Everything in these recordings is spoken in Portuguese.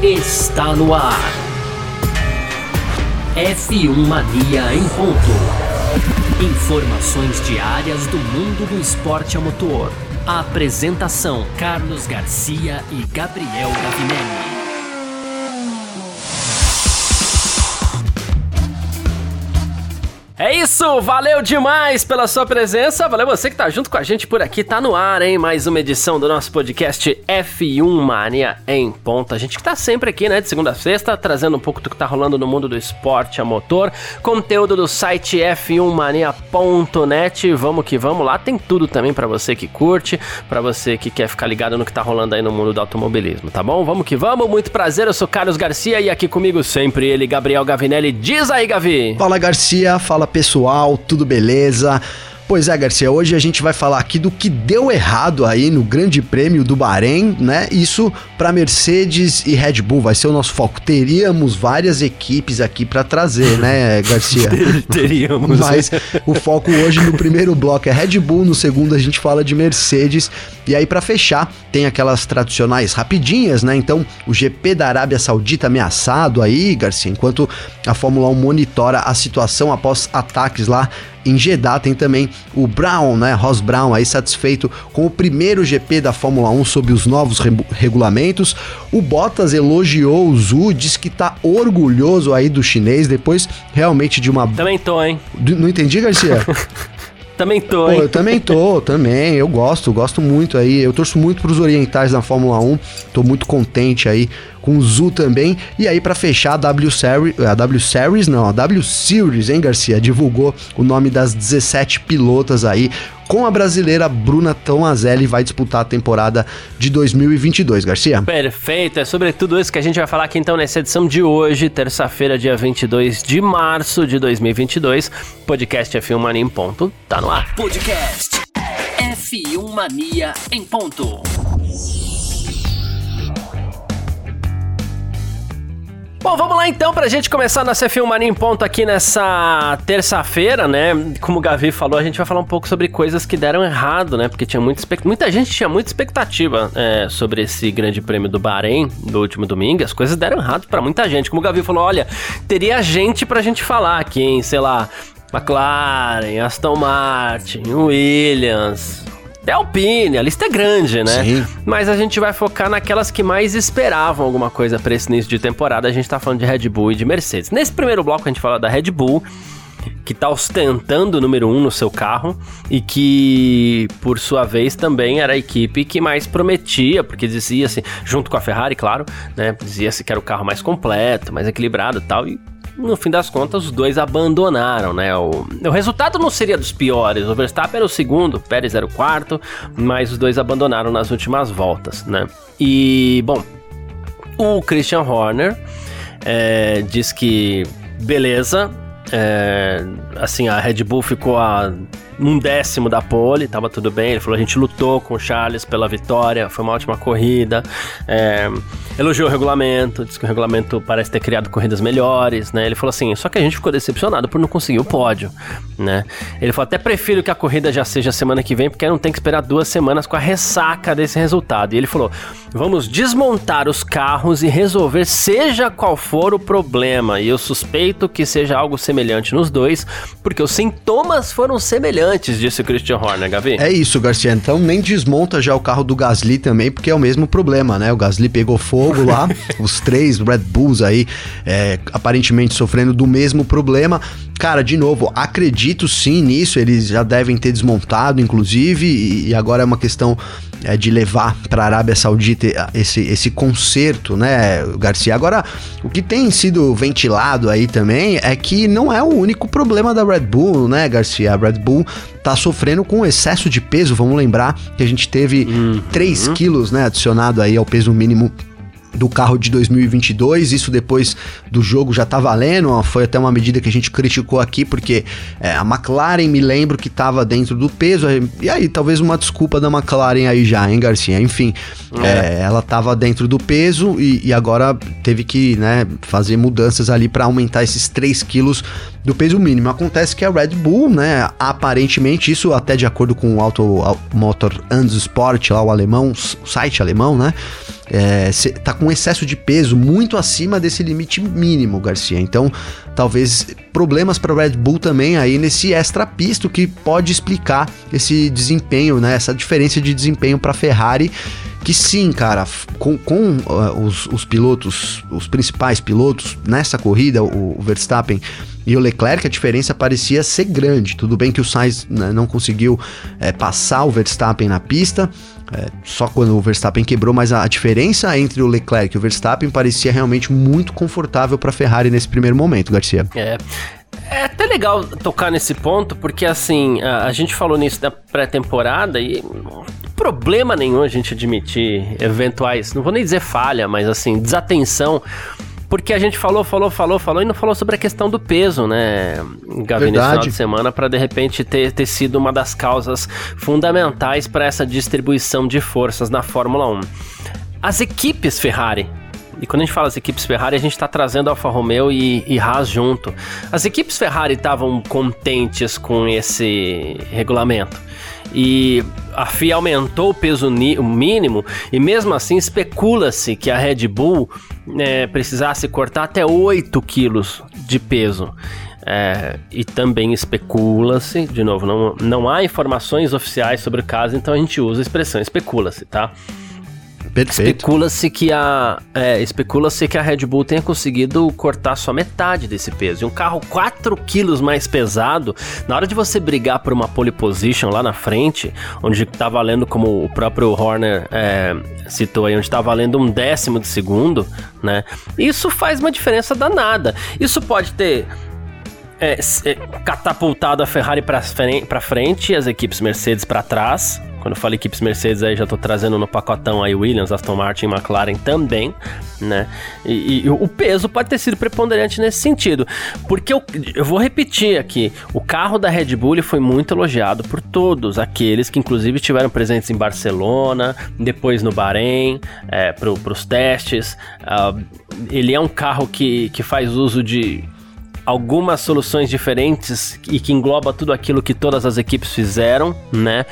está no ar. F1 Mania em ponto. Informações diárias do mundo do esporte a motor. A apresentação: Carlos Garcia e Gabriel Gavinelli. É isso, valeu demais pela sua presença, valeu você que tá junto com a gente por aqui, tá no ar, hein? Mais uma edição do nosso podcast F1 Mania em ponto. A gente que tá sempre aqui, né, de segunda a sexta, trazendo um pouco do que tá rolando no mundo do esporte a motor, conteúdo do site f1mania.net, vamos que vamos, lá tem tudo também pra você que curte, pra você que quer ficar ligado no que tá rolando aí no mundo do automobilismo, tá bom? Vamos que vamos, muito prazer, eu sou Carlos Garcia e aqui comigo sempre ele, Gabriel Gavinelli. Diz aí, Gavi! Fala, Garcia, fala pessoal, tudo beleza? Pois é, Garcia, hoje a gente vai falar aqui do que deu errado aí no Grande Prêmio do Bahrein, né? Isso para Mercedes e Red Bull, vai ser o nosso foco. Teríamos várias equipes aqui para trazer, né, Garcia? Teríamos. Mas o foco hoje no primeiro bloco é Red Bull, no segundo a gente fala de Mercedes. E aí para fechar, tem aquelas tradicionais rapidinhas, né? Então, o GP da Arábia Saudita ameaçado aí, Garcia, enquanto a Fórmula 1 monitora a situação após ataques lá em Jeddah. Tem também o Brown, né, Ross Brown, aí satisfeito com o primeiro GP da Fórmula 1 sob os novos regulamentos. O Bottas elogiou o Zhu, disse que tá orgulhoso aí do chinês, depois realmente de uma... Também tô, hein? Não entendi, Garcia? Também tô, hein? Pô, eu também tô, eu gosto muito aí, eu torço muito pros orientais na Fórmula 1, tô muito contente aí com o Zhu também. E aí pra fechar, a W Series, hein, Garcia, divulgou o nome das 17 pilotas aí, com a brasileira Bruna Tomazelli, vai disputar a temporada de 2022, Garcia. Perfeito, é sobre tudo isso que a gente vai falar aqui então nessa edição de hoje, terça-feira, dia 22 de março de 2022, podcast F1 Mania em ponto, tá no ar. Podcast F1 Mania em ponto. Bom, vamos lá então pra gente começar nossa F1 Mania em ponto aqui nessa terça-feira, né? Como o Gavi falou, a gente vai falar um pouco sobre coisas que deram errado, né? Porque tinha muita gente tinha muita expectativa sobre esse grande prêmio do Bahrein do último domingo, e as coisas deram errado pra muita gente. Como o Gavi falou, olha, teria gente pra gente falar aqui, hein? Sei lá, McLaren, Aston Martin, Williams... Alpine, a lista é grande, né? Sim. Mas a gente vai focar naquelas que mais esperavam alguma coisa para esse início de temporada. A gente tá falando de Red Bull e de Mercedes. Nesse primeiro bloco a gente fala da Red Bull, que tá ostentando o número 1 no seu carro e que, por sua vez, também era a equipe que mais prometia, porque dizia-se, junto com a Ferrari, claro, né? Dizia-se que era o carro mais completo, mais equilibrado e tal, e no fim das contas, os dois abandonaram, né? O resultado não seria dos piores. O Verstappen era o segundo, o Pérez era o quarto, mas os dois abandonaram nas últimas voltas, né? E, bom, o Christian Horner diz que, beleza, assim, a Red Bull ficou a 1/10 da pole, tava tudo bem. Ele falou, a gente lutou com o Charles pela vitória, foi uma ótima corrida, elogiou o regulamento, disse que o regulamento parece ter criado corridas melhores, né? Ele falou assim, só que a gente ficou decepcionado por não conseguir o pódio, né? Ele falou, até prefiro que a corrida já seja semana que vem, porque aí não tem que esperar 2 semanas com a ressaca desse resultado. E ele falou, vamos desmontar os carros e resolver seja qual for o problema, e eu suspeito que seja algo semelhante nos dois, porque os sintomas foram semelhantes, disse o Christian Horner, Gavi. É isso, Garcia, então nem desmonta já o carro do Gasly também, porque é o mesmo problema, né? O Gasly pegou fogo lá, os 3 Red Bulls aí, aparentemente sofrendo do mesmo problema. Cara, de novo, acredito sim nisso, eles já devem ter desmontado, inclusive, e agora é uma questão de levar para a Arábia Saudita esse conserto, né, Garcia? Agora, o que tem sido ventilado aí também é que não é o único problema da Red Bull, né, Garcia? A Red Bull tá sofrendo com excesso de peso, vamos lembrar que a gente teve 3 quilos, né, adicionado aí ao peso mínimo do carro de 2022, isso depois do jogo já tá valendo, foi até uma medida que a gente criticou aqui, porque a McLaren, me lembro que tava dentro do peso, e aí talvez uma desculpa da McLaren aí já, hein, Garcia? Enfim, ela tava dentro do peso e agora teve que, né, fazer mudanças ali para aumentar esses 3 quilos do peso mínimo. Acontece que a Red Bull, né, aparentemente, isso até de acordo com o Auto Motor and Sport, lá o alemão, o site alemão, né, tá com excesso de peso muito acima desse limite mínimo, Garcia. Então, talvez problemas para Red Bull também aí nesse extra-pista, que pode explicar esse desempenho, né? Essa diferença de desempenho para Ferrari, que sim, cara, com os pilotos, os principais pilotos nessa corrida, o Verstappen e o Leclerc, a diferença parecia ser grande. Tudo bem que o Sainz, né, não conseguiu passar o Verstappen na pista, só quando o Verstappen quebrou, mas a diferença entre o Leclerc e o Verstappen parecia realmente muito confortável para a Ferrari nesse primeiro momento, Garcia. É até legal tocar nesse ponto, porque assim, a gente falou nisso da pré-temporada e problema nenhum a gente admitir eventuais, não vou nem dizer falha, mas assim, desatenção, porque a gente falou e não falou sobre a questão do peso, né, Gavi, nesse final de semana, para de repente ter sido uma das causas fundamentais para essa distribuição de forças na Fórmula 1. As equipes Ferrari, e quando a gente fala as equipes Ferrari, a gente está trazendo Alfa Romeo e Haas junto. As equipes Ferrari estavam contentes com esse regulamento. E a FIA aumentou o peso mínimo, e mesmo assim especula-se que a Red Bull precisasse cortar até 8 quilos de peso. E também especula-se, de novo, não há informações oficiais sobre o caso, então a gente usa a expressão especula-se, tá? Perfeito. Especula-se que a Red Bull tenha conseguido cortar só metade desse peso. E um carro 4 quilos mais pesado, na hora de você brigar por uma pole position lá na frente, onde tá valendo, como o próprio Horner citou aí, onde tá valendo 1/10 de segundo, né? Isso faz uma diferença danada. Isso pode ter catapultado a Ferrari pra frente e as equipes Mercedes pra trás. Quando eu falo equipes Mercedes, aí já tô trazendo no pacotão aí Williams, Aston Martin e McLaren também, né? E o peso pode ter sido preponderante nesse sentido. Porque eu vou repetir aqui, o carro da Red Bull foi muito elogiado por todos aqueles que inclusive estiveram presentes em Barcelona, depois no Bahrein, pros testes. Ele é um carro que faz uso de algumas soluções diferentes e que engloba tudo aquilo que todas as equipes fizeram, né?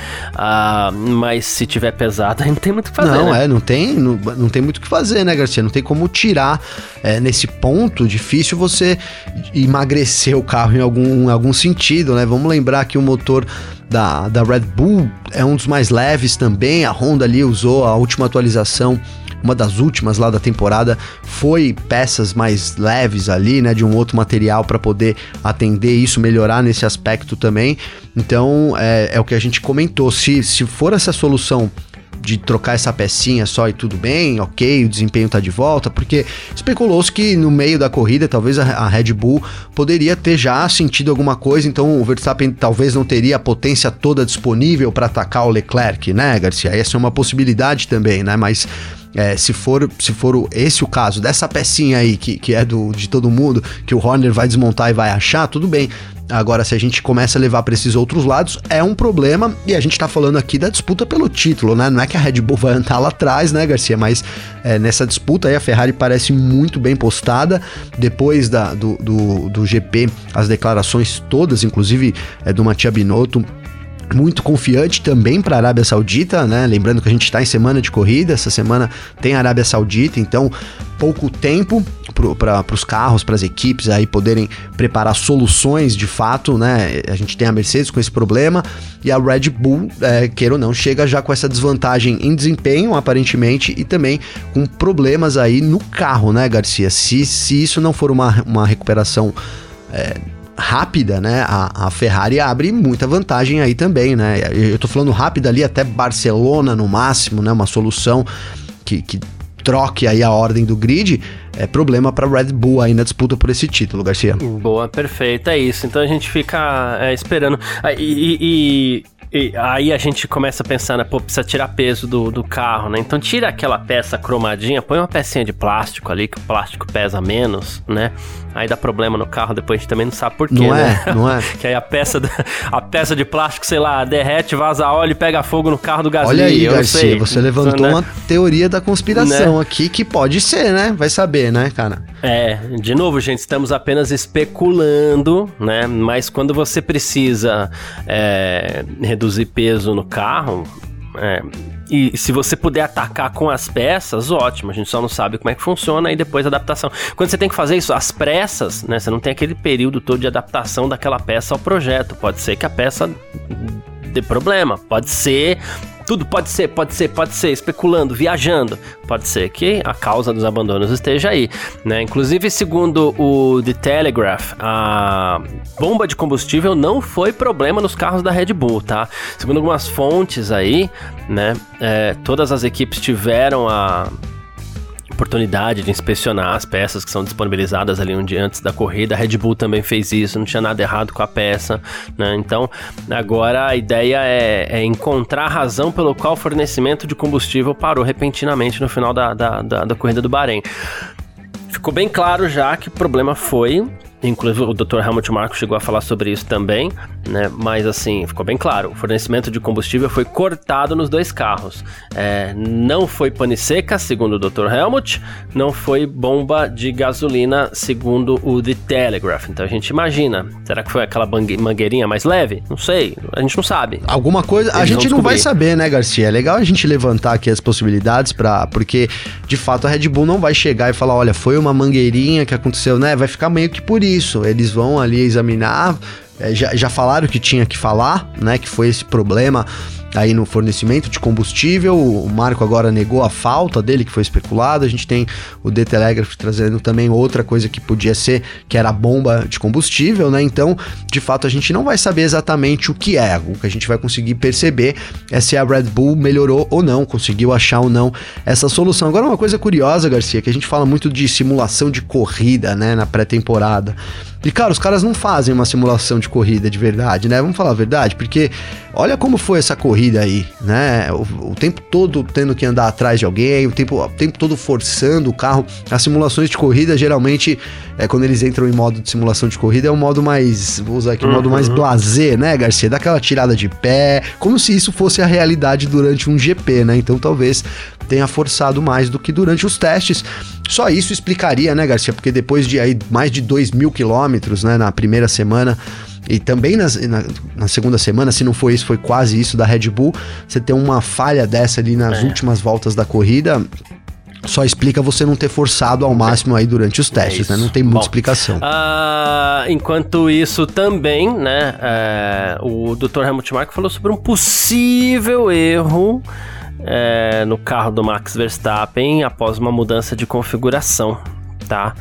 Mas se tiver pesado, aí não tem muito o que fazer, né? Não tem muito o que fazer, né, Garcia? Não tem como tirar nesse ponto difícil você emagrecer o carro em algum sentido, né? Vamos lembrar que o motor da Red Bull é um dos mais leves também. A Honda ali usou a última atualização, uma das últimas lá da temporada, foi peças mais leves ali, né, de um outro material para poder atender isso, melhorar nesse aspecto também. Então, é o que a gente comentou, se for essa solução de trocar essa pecinha só e tudo bem, ok, o desempenho tá de volta, porque especulou-se que no meio da corrida, talvez a Red Bull poderia ter já sentido alguma coisa, então o Verstappen talvez não teria a potência toda disponível para atacar o Leclerc, né, Garcia? Essa é uma possibilidade também, né, mas se for esse o caso, dessa pecinha aí, que é de todo mundo, que o Horner vai desmontar e vai achar, tudo bem. Agora, se a gente começa a levar para esses outros lados, é um problema, e a gente tá falando aqui da disputa pelo título, né? Não é que a Red Bull vai andar lá atrás, né, Garcia? Mas nessa disputa aí a Ferrari parece muito bem postada. Depois do GP, as declarações todas, inclusive do Mattia Binotto, muito confiante também para a Arábia Saudita, né? Lembrando que a gente está em semana de corrida, essa semana tem a Arábia Saudita, então pouco tempo para os carros, para as equipes aí poderem preparar soluções de fato, né? A gente tem a Mercedes com esse problema e a Red Bull, queira ou não, chega já com essa desvantagem em desempenho, aparentemente, e também com problemas aí no carro, né, Garcia? Se isso não for uma recuperação rápida, né, a Ferrari abre muita vantagem aí também, né? Eu tô falando rápida ali até Barcelona no máximo, né? Uma solução que troque aí a ordem do grid, problema para Red Bull aí na disputa por esse título, Garcia. Boa, perfeito, é isso. Então a gente fica esperando. E aí a gente começa a pensar, né, precisa tirar peso do carro, né? Então tira aquela peça cromadinha, põe uma pecinha de plástico ali, que o plástico pesa menos, né? Aí dá problema no carro, depois a gente também não sabe por quê, né? Não é. Que aí a peça de plástico, sei lá, derrete, vaza óleo e pega fogo no carro do Gasly. Olha aí, Garcia, você levantou uma teoria da conspiração, né, aqui, que pode ser, né? Vai saber, né, cara? De novo, gente, estamos apenas especulando, né? Mas quando você precisa reduzir peso no carro, E se você puder atacar com as peças, ótimo. A gente só não sabe como é que funciona e depois a adaptação. Quando você tem que fazer isso às pressas, né? Você não tem aquele período todo de adaptação daquela peça ao projeto. Pode ser que a peça dê problema. Pode ser... Tudo pode ser, especulando, viajando. Pode ser que a causa dos abandonos esteja aí, né? Inclusive, segundo o The Telegraph, a bomba de combustível não foi problema nos carros da Red Bull, tá? Segundo algumas fontes aí, né? Todas as equipes tiveram a oportunidade de inspecionar as peças que são disponibilizadas ali um dia antes da corrida. A Red Bull também fez isso, não tinha nada errado com a peça, né? Então, agora a ideia é encontrar a razão pelo qual o fornecimento de combustível parou repentinamente no final da corrida do Bahrein. Ficou bem claro já que o problema foi... Inclusive o Dr. Helmut Marko chegou a falar sobre isso também, né? Mas assim, ficou bem claro, o fornecimento de combustível foi cortado nos 2 carros. Não foi pane seca, segundo o Dr. Helmut, não foi bomba de gasolina, segundo o The Telegraph. Então a gente imagina, será que foi aquela mangueirinha mais leve? Não sei, a gente não sabe. Alguma coisa, a gente não vai saber, né, Garcia? É legal a gente levantar aqui as possibilidades, porque de fato a Red Bull não vai chegar e falar, olha, foi uma mangueirinha que aconteceu, né? Vai ficar meio que por isso. Eles vão ali examinar, já falaram que tinha que falar, né, que foi esse problema aí no fornecimento de combustível. O Marco agora negou a falta dele, que foi especulado. A gente tem o The Telegraph trazendo também outra coisa que podia ser, que era a bomba de combustível, né? Então, de fato, a gente não vai saber exatamente o que é. O que a gente vai conseguir perceber é se a Red Bull melhorou ou não, conseguiu achar ou não essa solução. Agora, uma coisa curiosa, Garcia, que a gente fala muito de simulação de corrida, né, na pré-temporada. E, cara, os caras não fazem uma simulação de corrida de verdade, né? Vamos falar a verdade, porque olha como foi essa corrida aí, né? O tempo todo tendo que andar atrás de alguém, o tempo todo forçando o carro. As simulações de corrida, geralmente, quando eles entram em modo de simulação de corrida, é um modo mais, vou usar aqui, um modo mais blasé, né, Garcia? Dá aquela tirada de pé, como se isso fosse a realidade durante um GP, né? Então, talvez tenha forçado mais do que durante os testes. Só isso explicaria, né, Garcia? Porque depois de aí mais de 2.000 quilômetros, né, na primeira semana e também na segunda semana, se não foi isso, foi quase isso da Red Bull, você tem uma falha dessa ali nas últimas voltas da corrida, só explica você não ter forçado ao máximo aí durante os testes, né? Não tem muita explicação. Enquanto isso também, né, o Dr. Helmut Marko falou sobre um possível erro no carro do Max Verstappen após uma mudança de configuração, tá?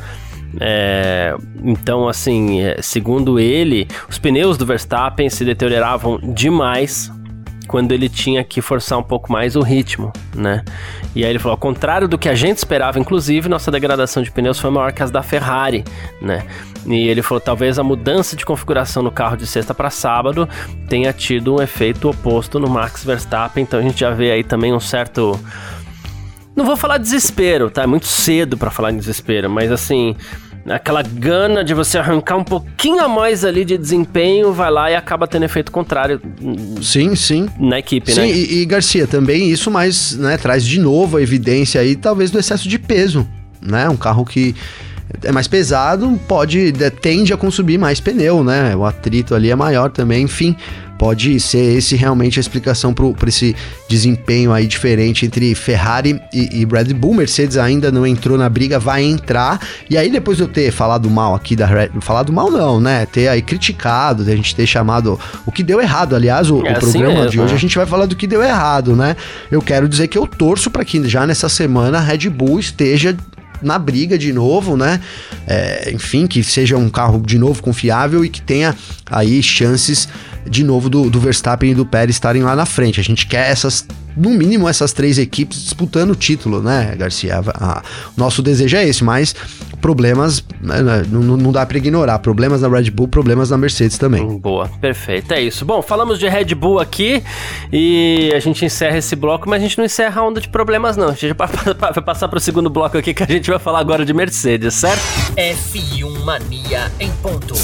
Então, assim, segundo ele, os pneus do Verstappen se deterioravam demais quando ele tinha que forçar um pouco mais o ritmo, né? E aí ele falou, ao contrário do que a gente esperava, inclusive, nossa degradação de pneus foi maior que as da Ferrari, né? E ele falou, talvez a mudança de configuração no carro de sexta para sábado tenha tido um efeito oposto no Max Verstappen. Então a gente já vê aí também um certo... Não vou falar desespero, tá? É muito cedo para falar em desespero, mas assim... Aquela gana de você arrancar um pouquinho a mais ali de desempenho, vai lá e acaba tendo efeito contrário. Sim. Na equipe, sim, né? E Garcia, também isso mais, né, traz de novo a evidência aí, talvez, do excesso de peso, né? Um carro que é mais pesado, tende a consumir mais pneu, né? O atrito ali é maior também, enfim... Pode ser esse realmente a explicação para esse desempenho aí diferente entre Ferrari e Red Bull. Mercedes ainda não entrou na briga, vai entrar. E aí, depois de eu ter falado mal aqui da Red Bull, falado mal não, né? Ter aí criticado, a gente ter chamado o que deu errado. Aliás, o programa mesmo, de hoje a gente vai falar do que deu errado, né? Eu quero dizer que eu torço para que já nessa semana a Red Bull esteja na briga de novo, né? Enfim, que seja um carro de novo confiável e que tenha aí chances de novo do Verstappen e do Pérez estarem lá na frente. A gente quer no mínimo essas 3 equipes disputando o título, né, Garcia? Nosso desejo é esse, mas problemas, não dá pra ignorar. Problemas na Red Bull, problemas na Mercedes também. Boa, perfeito, é isso. Bom, falamos de Red Bull aqui e a gente encerra esse bloco, mas a gente não encerra a onda de problemas, não. A gente vai passar pro segundo bloco aqui, que a gente vai falar agora de Mercedes, certo? F1 Mania em ponto.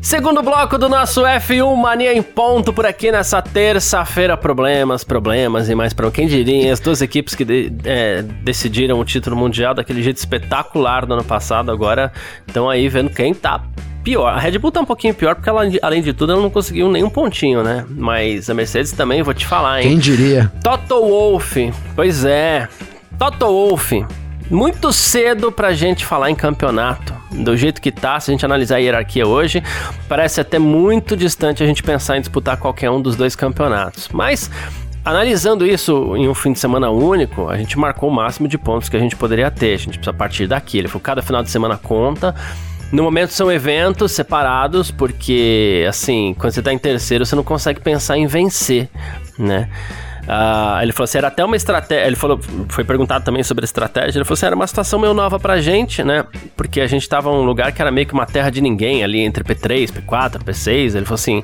Segundo bloco do nosso F1 Mania em ponto por aqui nessa terça-feira. Problemas e mais pra quem diria. As duas equipes que decidiram o título mundial daquele jeito espetacular do ano passado, agora estão aí vendo quem tá pior. A Red Bull tá um pouquinho pior porque ela, além de tudo, ela não conseguiu nenhum pontinho, né? Mas a Mercedes também, vou te falar, hein? Quem diria? Toto Wolff, pois é. Toto Wolff, muito cedo pra gente falar em campeonato. Do jeito que tá, se a gente analisar a hierarquia hoje, parece até muito distante a gente pensar em disputar qualquer um dos dois campeonatos. Mas, analisando isso em um fim de semana único, a gente marcou o máximo de pontos que a gente poderia ter. A gente precisa partir daqui. Ele falou, cada final de semana conta. No momento são eventos separados, porque, assim, quando você tá em terceiro, você não consegue pensar em vencer, né? Ele falou assim, era até uma estratégia. Ele falou, foi perguntado também sobre a estratégia. Ele falou assim, era uma situação meio nova pra gente, né? Porque a gente tava num lugar que era meio que uma terra de ninguém ali entre P3, P4, P6. Ele falou assim,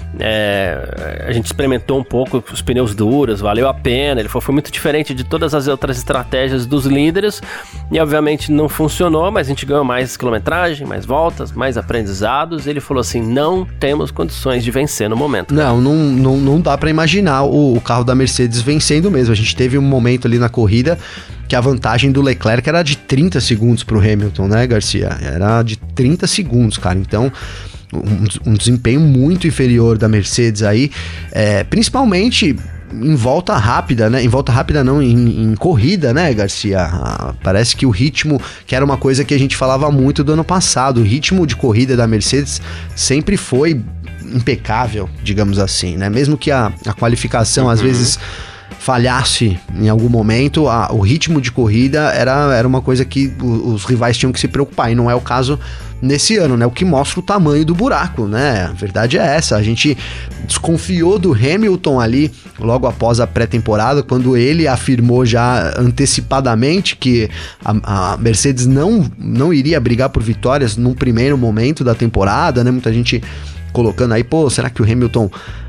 a gente experimentou um pouco os pneus duros, valeu a pena. Ele falou, foi muito diferente de todas as outras estratégias dos líderes. E obviamente não funcionou, mas a gente ganhou mais quilometragem, mais voltas, mais aprendizados. Ele falou assim, não temos condições de vencer no momento. Não dá pra imaginar o carro da Mercedes vencendo mesmo. A gente teve um momento ali na corrida que a vantagem do Leclerc era de 30 segundos pro Hamilton, né, Garcia? Era de 30 segundos, cara. Então, um desempenho muito inferior da Mercedes aí, principalmente em volta rápida, né? Em volta rápida não, em corrida, né, Garcia? Parece que o ritmo, que era uma coisa que a gente falava muito do ano passado, o ritmo de corrida da Mercedes sempre foi impecável, digamos assim, né? Mesmo que a qualificação às vezes falhasse em algum momento, o ritmo de corrida era uma coisa que os rivais tinham que se preocupar, e não é o caso nesse ano, né? O que mostra o tamanho do buraco, né? A verdade é essa, a gente desconfiou do Hamilton ali logo após a pré-temporada, quando ele afirmou já antecipadamente que a Mercedes não iria brigar por vitórias num primeiro momento da temporada, né? Muita gente colocando aí, será que o Hamilton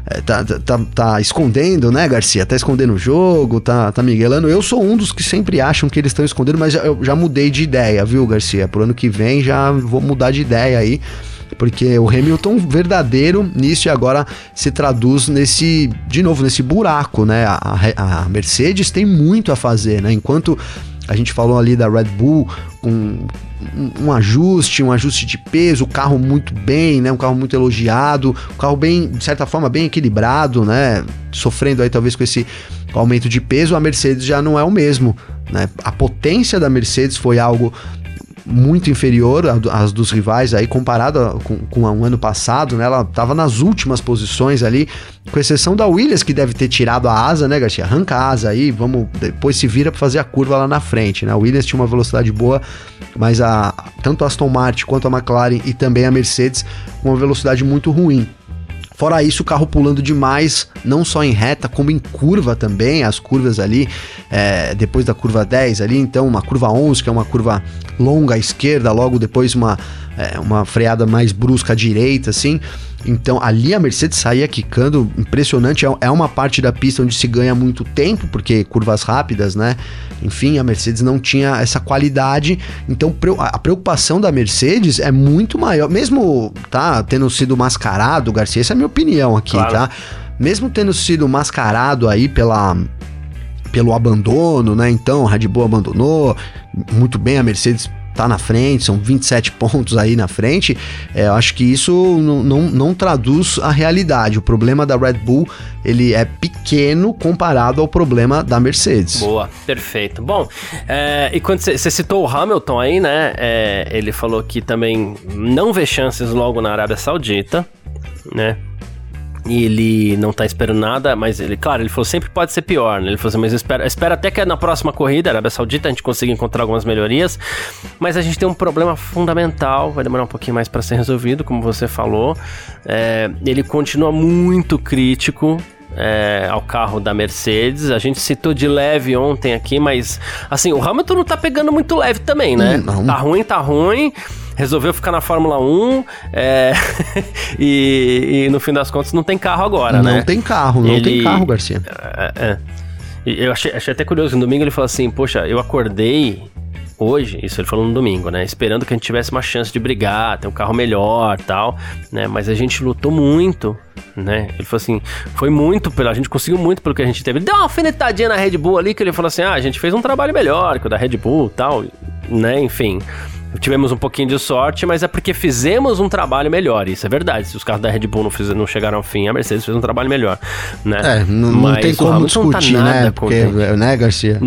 tá escondendo, né, Garcia? Tá escondendo o jogo, tá miguelando. Eu sou um dos que sempre acham que eles estão escondendo, mas eu já mudei de ideia, viu, Garcia? Pro ano que vem já vou mudar de ideia aí, porque o Hamilton verdadeiro nisso e agora se traduz nesse buraco, né? A Mercedes tem muito a fazer, né? Enquanto a gente falou ali da Red Bull com um ajuste de peso, o carro muito bem, né? Um carro muito elogiado, um carro bem, de certa forma, bem equilibrado, né? Sofrendo aí talvez com esse aumento de peso, a Mercedes já não é o mesmo, né? A potência da Mercedes foi algo muito inferior às dos rivais aí, comparado com o ano passado, né? Ela estava nas últimas posições ali, com exceção da Williams, que deve ter tirado a asa, né, Garcia? Arranca a asa aí, depois se vira para fazer a curva lá na frente, né? A Williams tinha uma velocidade boa, mas tanto a Aston Martin quanto a McLaren e também a Mercedes com uma velocidade muito ruim. Fora isso, o carro pulando demais, não só em reta, como em curva também, as curvas ali, depois da curva 10 ali, então uma curva 11, que é uma curva longa à esquerda, logo depois uma freada mais brusca à direita, assim. Então ali a Mercedes saía quicando, impressionante, é uma parte da pista onde se ganha muito tempo, porque curvas rápidas, né? Enfim, a Mercedes não tinha essa qualidade, então a preocupação da Mercedes é muito maior, mesmo tendo sido mascarado, Garcia, essa é a minha opinião aqui, claro. Tá? Mesmo tendo sido mascarado aí pelo abandono, né? Então a Red Bull abandonou, muito bem, a Mercedes tá na frente, são 27 pontos aí na frente, eu acho que isso não traduz a realidade. O problema da Red Bull, ele é pequeno comparado ao problema da Mercedes. Boa, perfeito. Bom, e quando você citou o Hamilton aí, né, ele falou que também não vê chances logo na Arábia Saudita, né, e ele não tá esperando nada, mas ele falou, sempre pode ser pior, né? Ele falou assim, mas espera até que na próxima corrida, Arábia Saudita, a gente consiga encontrar algumas melhorias, mas a gente tem um problema fundamental, vai demorar um pouquinho mais para ser resolvido, como você falou. Ele continua muito crítico ao carro da Mercedes. A gente citou de leve ontem aqui, mas assim, o Hamilton não tá pegando muito leve também, né? Não. Tá ruim. Resolveu ficar na Fórmula 1 e no fim das contas não tem carro agora, né? Não tem carro, Garcia. Eu achei até curioso, no domingo ele falou assim, poxa, eu acordei hoje, isso ele falou no domingo, né? Esperando que a gente tivesse uma chance de brigar, ter um carro melhor e tal, né? Mas a gente lutou muito, né? Ele falou assim, a gente conseguiu muito pelo que a gente teve. Ele deu uma alfinetadinha na Red Bull ali, que ele falou assim, a gente fez um trabalho melhor que o da Red Bull e tal, né? Enfim... Tivemos um pouquinho de sorte, mas é porque fizemos um trabalho melhor, isso é verdade. Se os carros da Red Bull não chegaram ao fim, a Mercedes fez um trabalho melhor, né? Não tem como discutir, tá né? Porque, né, Garcia?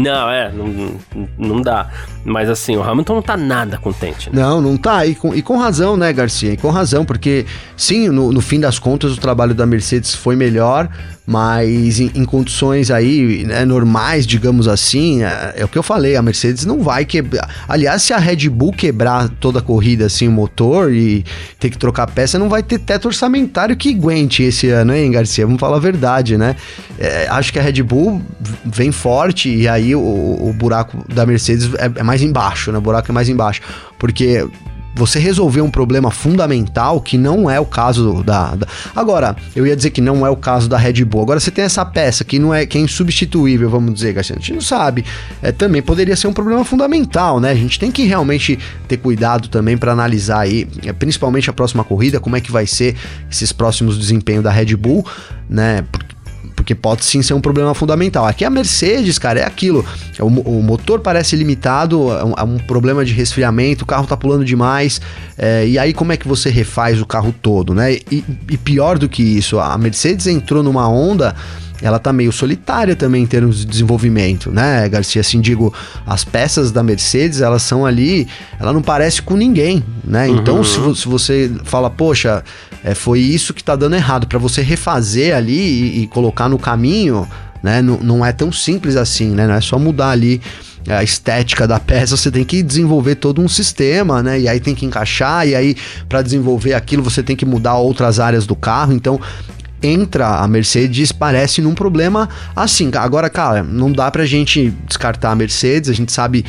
Não dá. Mas assim, o Hamilton não tá nada contente. Né? Não tá, e com razão, né, Garcia? E com razão, porque sim, no fim das contas, o trabalho da Mercedes foi melhor, mas em condições aí, né, normais, digamos assim, é o que eu falei, a Mercedes não vai quebrar. Aliás, se a Red Bull quebrar toda a corrida, assim, o motor e ter que trocar peça, não vai ter teto orçamentário que aguente esse ano, hein, Garcia? Vamos falar a verdade, né? Acho que a Red Bull vem forte e aí o buraco da Mercedes é mais embaixo, né? O buraco é mais embaixo, porque... Você resolver um problema fundamental que não é o caso Agora, eu ia dizer que não é o caso da Red Bull. Agora você tem essa peça que que é insubstituível, vamos dizer, Garcia. A gente não sabe. Também poderia ser um problema fundamental, né? A gente tem que realmente ter cuidado também para analisar aí, principalmente a próxima corrida, como é que vai ser esses próximos desempenhos da Red Bull, né? Porque pode sim ser um problema fundamental. Aqui a Mercedes, cara, é aquilo. O motor parece limitado, é um problema de resfriamento, o carro tá pulando demais. E aí como é que você refaz o carro todo, né? E pior do que isso, a Mercedes entrou numa onda... Ela tá meio solitária também em termos de desenvolvimento, né, Garcia? Assim, digo, as peças da Mercedes, elas são ali, ela não parece com ninguém, né? Então, se você fala, poxa, foi isso que tá dando errado, para você refazer ali e colocar no caminho, né? Não é tão simples assim, né? Não é só mudar ali a estética da peça, você tem que desenvolver todo um sistema, né? E aí tem que encaixar, e aí para desenvolver aquilo você tem que mudar outras áreas do carro, então... Entra a Mercedes, parece num problema assim. Agora, cara, não dá pra gente descartar a Mercedes, a gente sabe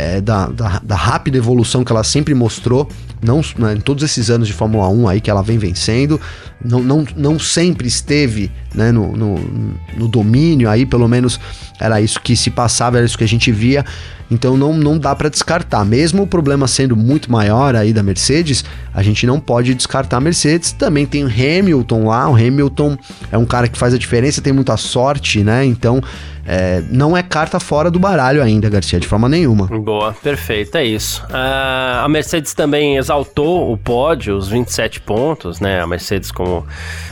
da rápida evolução que ela sempre mostrou, né, em todos esses anos de Fórmula 1 aí que ela vem vencendo, não sempre esteve, né, no domínio aí, pelo menos era isso que se passava, era isso que a gente via. Então não dá para descartar, mesmo o problema sendo muito maior aí da Mercedes, a gente não pode descartar a Mercedes. Também tem o Hamilton lá, o Hamilton é um cara que faz a diferença, tem muita sorte, né? Então não é carta fora do baralho ainda, Garcia, de forma nenhuma. Boa, perfeito, é isso. A Mercedes também exaltou o pódio, os 27 pontos, né? A Mercedes, como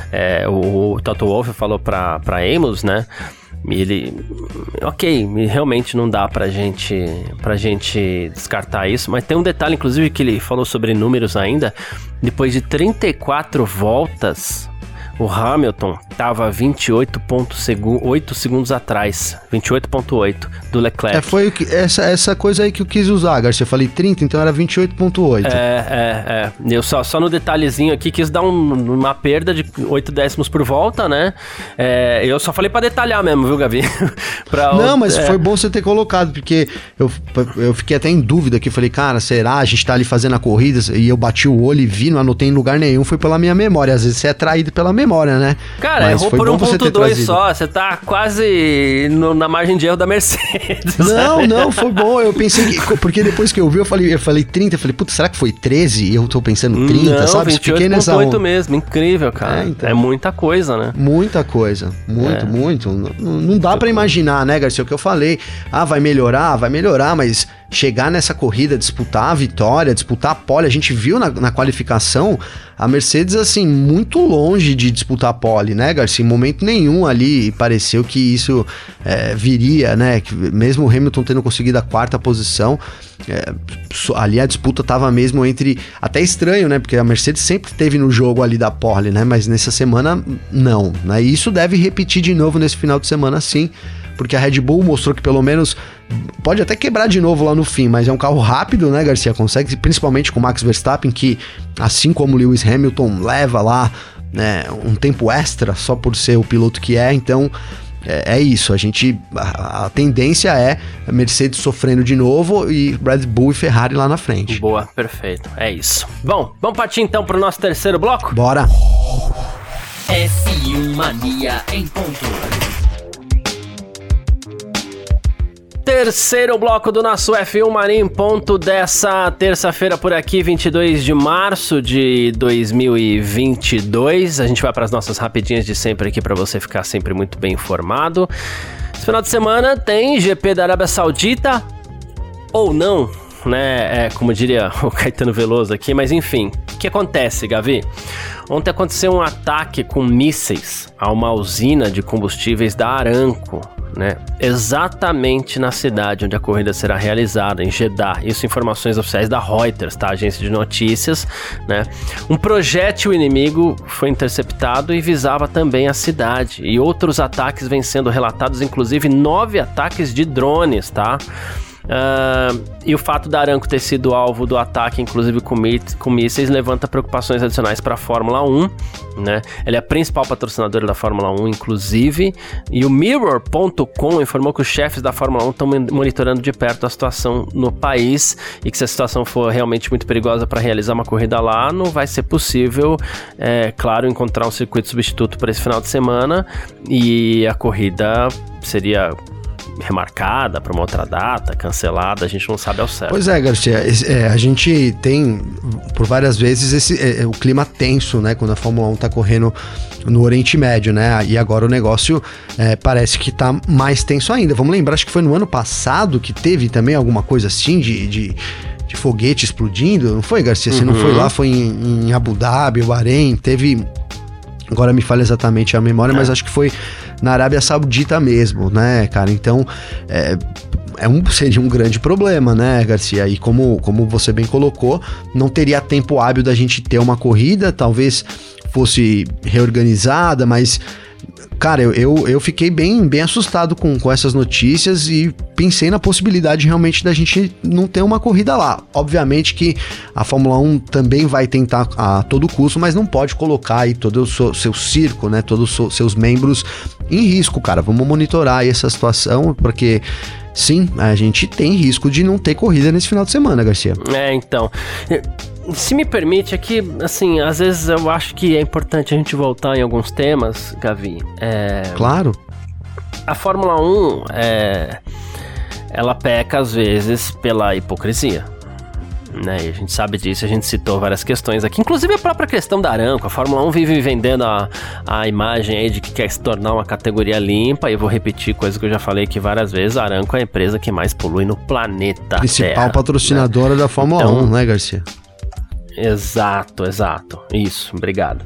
o Toto Wolff falou para Amos, né? Realmente não dá pra gente descartar isso, mas tem um detalhe, inclusive, que ele falou sobre números ainda. Depois de 34 voltas, o Hamilton tava 28,8 segundos atrás, 28,8 do Leclerc. Foi essa coisa aí que eu quis usar, Garcia. Eu falei 30, então era 28,8. Eu só no detalhezinho aqui quis dar uma perda de 8 décimos por volta, né? Eu só falei pra detalhar mesmo, viu, Gavi? Mas foi bom você ter colocado, porque eu fiquei até em dúvida aqui. Falei, cara, será? A gente tá ali fazendo a corrida e eu bati o olho e vi, não anotei em lugar nenhum, foi pela minha memória. Às vezes você é traído pela memória, né? Cara, errou por 1,2 só, você tá quase na margem de erro da Mercedes. Não, foi bom, eu pensei que, porque depois que eu vi, eu falei 30, eu falei, putz, será que foi 13? E eu tô pensando 30, não, sabe? 28,8 mesmo, incrível, cara. Então. É muita coisa, né? Muita coisa, muito. Não dá pra imaginar, né, Garcia, o que eu falei, vai melhorar, mas chegar nessa corrida, disputar a vitória, disputar a pole, a gente viu na qualificação a Mercedes, assim, muito longe de disputar a pole, né, Garcia? Em momento nenhum ali pareceu que isso viria, né, que mesmo o Hamilton tendo conseguido a 4ª posição, ali a disputa tava mesmo entre, até estranho, né, porque a Mercedes sempre teve no jogo ali da pole, né, mas nessa semana não, né, e isso deve repetir de novo nesse final de semana, sim, porque a Red Bull mostrou que pelo menos pode até quebrar de novo lá no fim, mas é um carro rápido, né, Garcia? Consegue, principalmente com o Max Verstappen, que assim como o Lewis Hamilton leva lá, né, um tempo extra só por ser o piloto que é, então é isso, a tendência é a Mercedes sofrendo de novo e Red Bull e Ferrari lá na frente. Boa, perfeito, é isso. Bom, vamos partir então pro nosso terceiro bloco? Bora! F1 Mania em ponto. Terceiro bloco do nosso F1 Mania em ponto dessa terça-feira por aqui, 22 de março de 2022. A gente vai para as nossas rapidinhas de sempre aqui para você ficar sempre muito bem informado. Esse final de semana tem GP da Arábia Saudita ou não, né? Como diria o Caetano Veloso aqui, mas enfim. O que acontece, Gavi? Ontem aconteceu um ataque com mísseis a uma usina de combustíveis da Aramco, né? Exatamente na cidade onde a corrida será realizada, em Jeddah. Isso informações oficiais da Reuters, tá? Agência de notícias, né? Um projétil inimigo foi interceptado e visava também a cidade. E outros ataques vêm sendo relatados, inclusive 9 ataques de drones, tá? E o fato da Aramco ter sido alvo do ataque, inclusive com mísseis, levanta preocupações adicionais para a Fórmula 1, né? Ela é a principal patrocinadora da Fórmula 1, inclusive, e o Mirror.com informou que os chefes da Fórmula 1 estão monitorando de perto a situação no país e que se a situação for realmente muito perigosa para realizar uma corrida lá, não vai ser possível, claro, encontrar um circuito substituto para esse final de semana, e a corrida seria remarcada para uma outra data, cancelada, a gente não sabe ao certo. Pois é, Garcia, a gente tem por várias vezes o clima tenso, né, quando a Fórmula 1 tá correndo no Oriente Médio, né, e agora o negócio parece que tá mais tenso ainda. Vamos lembrar, acho que foi no ano passado que teve também alguma coisa assim de foguete explodindo, não foi, Garcia? Se não foi lá, foi em Abu Dhabi, Bahrein, teve... Agora me falha exatamente a memória, mas acho que foi na Arábia Saudita mesmo, né, cara? Então, seria um grande problema, né, Garcia? E como você bem colocou, não teria tempo hábil da gente ter uma corrida, talvez fosse reorganizada, mas... Cara, eu fiquei bem assustado com essas notícias e pensei na possibilidade realmente da gente não ter uma corrida lá. Obviamente que a Fórmula 1 também vai tentar a todo custo, mas não pode colocar aí todo o seu circo, né, todos os seus membros em risco, cara. Vamos monitorar aí essa situação, porque... Sim, a gente tem risco de não ter corrida nesse final de semana, Garcia. Então... Se me permite aqui, assim, às vezes eu acho que é importante a gente voltar em alguns temas, Gavi. Claro. A Fórmula 1, ela peca às vezes pela hipocrisia, né? E a gente sabe disso, a gente citou várias questões aqui, inclusive a própria questão da Aramco. A Fórmula 1 vive vendendo a imagem aí de que quer se tornar uma categoria limpa, e eu vou repetir coisa que eu já falei aqui várias vezes: a Aramco é a empresa que mais polui no planeta Principal Terra, patrocinadora, né, da Fórmula 1, né, Garcia? Exato, isso, obrigado.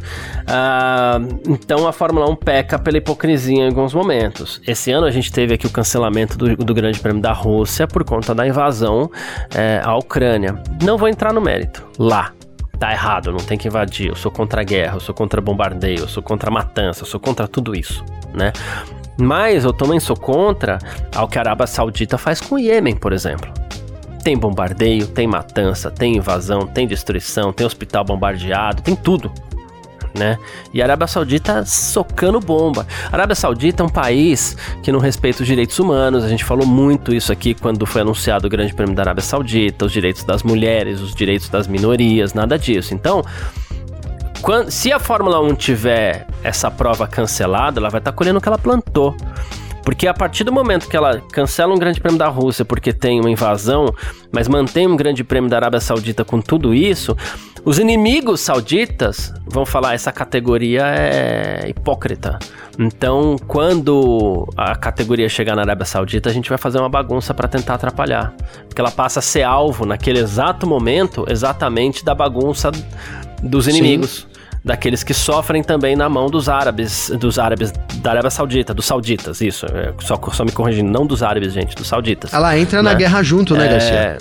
Então a Fórmula 1 peca pela hipocrisia em alguns momentos. Esse ano a gente teve aqui o cancelamento do Grande Prêmio da Rússia por conta da invasão à Ucrânia. Não vou entrar no mérito, lá tá errado, não tem que invadir, eu sou contra a guerra, eu sou contra bombardeio, eu sou contra a matança, eu sou contra tudo isso, né? Mas eu também sou contra ao que a Arábia Saudita faz com o Iêmen, por exemplo. Tem bombardeio, tem matança, tem invasão, tem destruição, tem hospital bombardeado, tem tudo, né? E a Arábia Saudita socando bomba. A Arábia Saudita é um país que não respeita os direitos humanos. A gente falou muito isso aqui quando foi anunciado o Grande Prêmio da Arábia Saudita, os direitos das mulheres, os direitos das minorias, nada disso. Então, se a Fórmula 1 tiver essa prova cancelada, ela vai estar colhendo o que ela plantou. Porque a partir do momento que ela cancela um Grande Prêmio da Rússia porque tem uma invasão, mas mantém um Grande Prêmio da Arábia Saudita com tudo isso, os inimigos sauditas vão falar: essa categoria é hipócrita. Então, quando a categoria chegar na Arábia Saudita, a gente vai fazer uma bagunça para tentar atrapalhar. Porque ela passa a ser alvo, naquele exato momento, exatamente da bagunça dos inimigos. Sim. Daqueles que sofrem também na mão dos árabes da Arábia Saudita, dos sauditas, isso, só me corrigindo, não dos árabes, gente, dos sauditas. Ela entra na guerra junto, né, Garcia?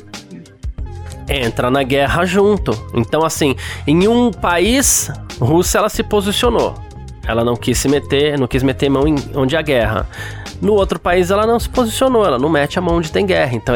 Entra na guerra junto. Então, assim, em um país, Rússia, ela se posicionou. Ela não quis meter mão onde há guerra. No outro país ela não se posicionou, ela não mete a mão onde tem guerra. Então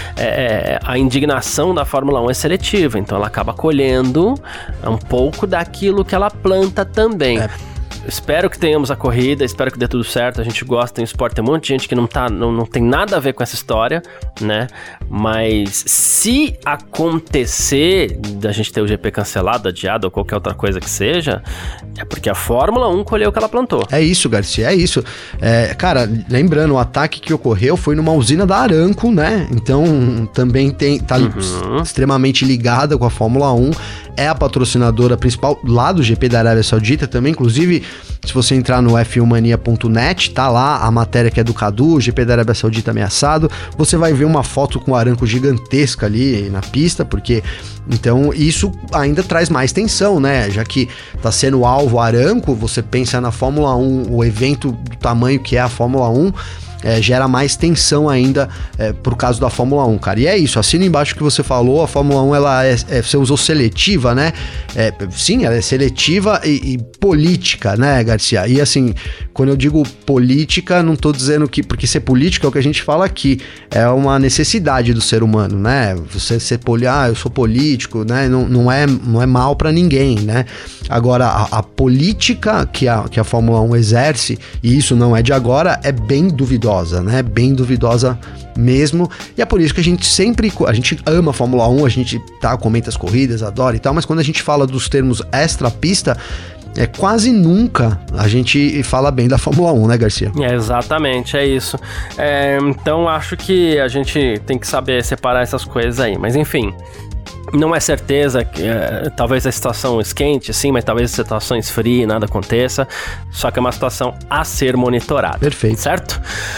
a indignação da Fórmula 1 é seletiva, então ela acaba colhendo um pouco daquilo que ela planta também. espero que tenhamos a corrida, espero que dê tudo certo, a gente gosta, tem esporte, tem um monte de gente que não tem nada a ver com essa história, né? Mas se acontecer da gente ter o GP cancelado, adiado ou qualquer outra coisa que seja, é porque a Fórmula 1 colheu o que ela plantou. É isso, Garcia, é isso. Cara, lembrando, o ataque que ocorreu foi numa usina da Aramco, né? Então também tá extremamente ligada com a Fórmula 1, é a patrocinadora principal lá do GP da Arábia Saudita também, inclusive se você entrar no f1mania.net, tá lá a matéria que é do Cadu, o GP da Arábia Saudita ameaçado, você vai ver uma foto com o Aramco gigantesca ali na pista, porque então isso ainda traz mais tensão, né, já que tá sendo alvo Aramco, você pensa na Fórmula 1, o evento do tamanho que é a Fórmula 1, gera mais tensão ainda pro caso da Fórmula 1, cara. E é isso, assina embaixo o que você falou, a Fórmula 1, ela você usou seletiva, né? Sim, ela é seletiva e política, né, Garcia? E assim, quando eu digo política, não tô dizendo que... Porque ser política é o que a gente fala aqui, é uma necessidade do ser humano, né? Você ser eu sou político, né? Não é mal pra ninguém, né? Agora, a política que a Fórmula 1 exerce, e isso não é de agora, é bem duvidosa, né? Bem duvidosa mesmo, e é por isso que a gente ama a Fórmula 1, a gente comenta as corridas, adora e tal, mas quando a gente fala dos termos extra-pista, quase nunca a gente fala bem da Fórmula 1, né, Garcia? Exatamente, é isso. Então acho que a gente tem que saber separar essas coisas aí, mas enfim... Não é certeza que talvez a situação esquente, sim, mas talvez a situação esfrie e nada aconteça. Só que é uma situação a ser monitorada. Perfeito. Certo?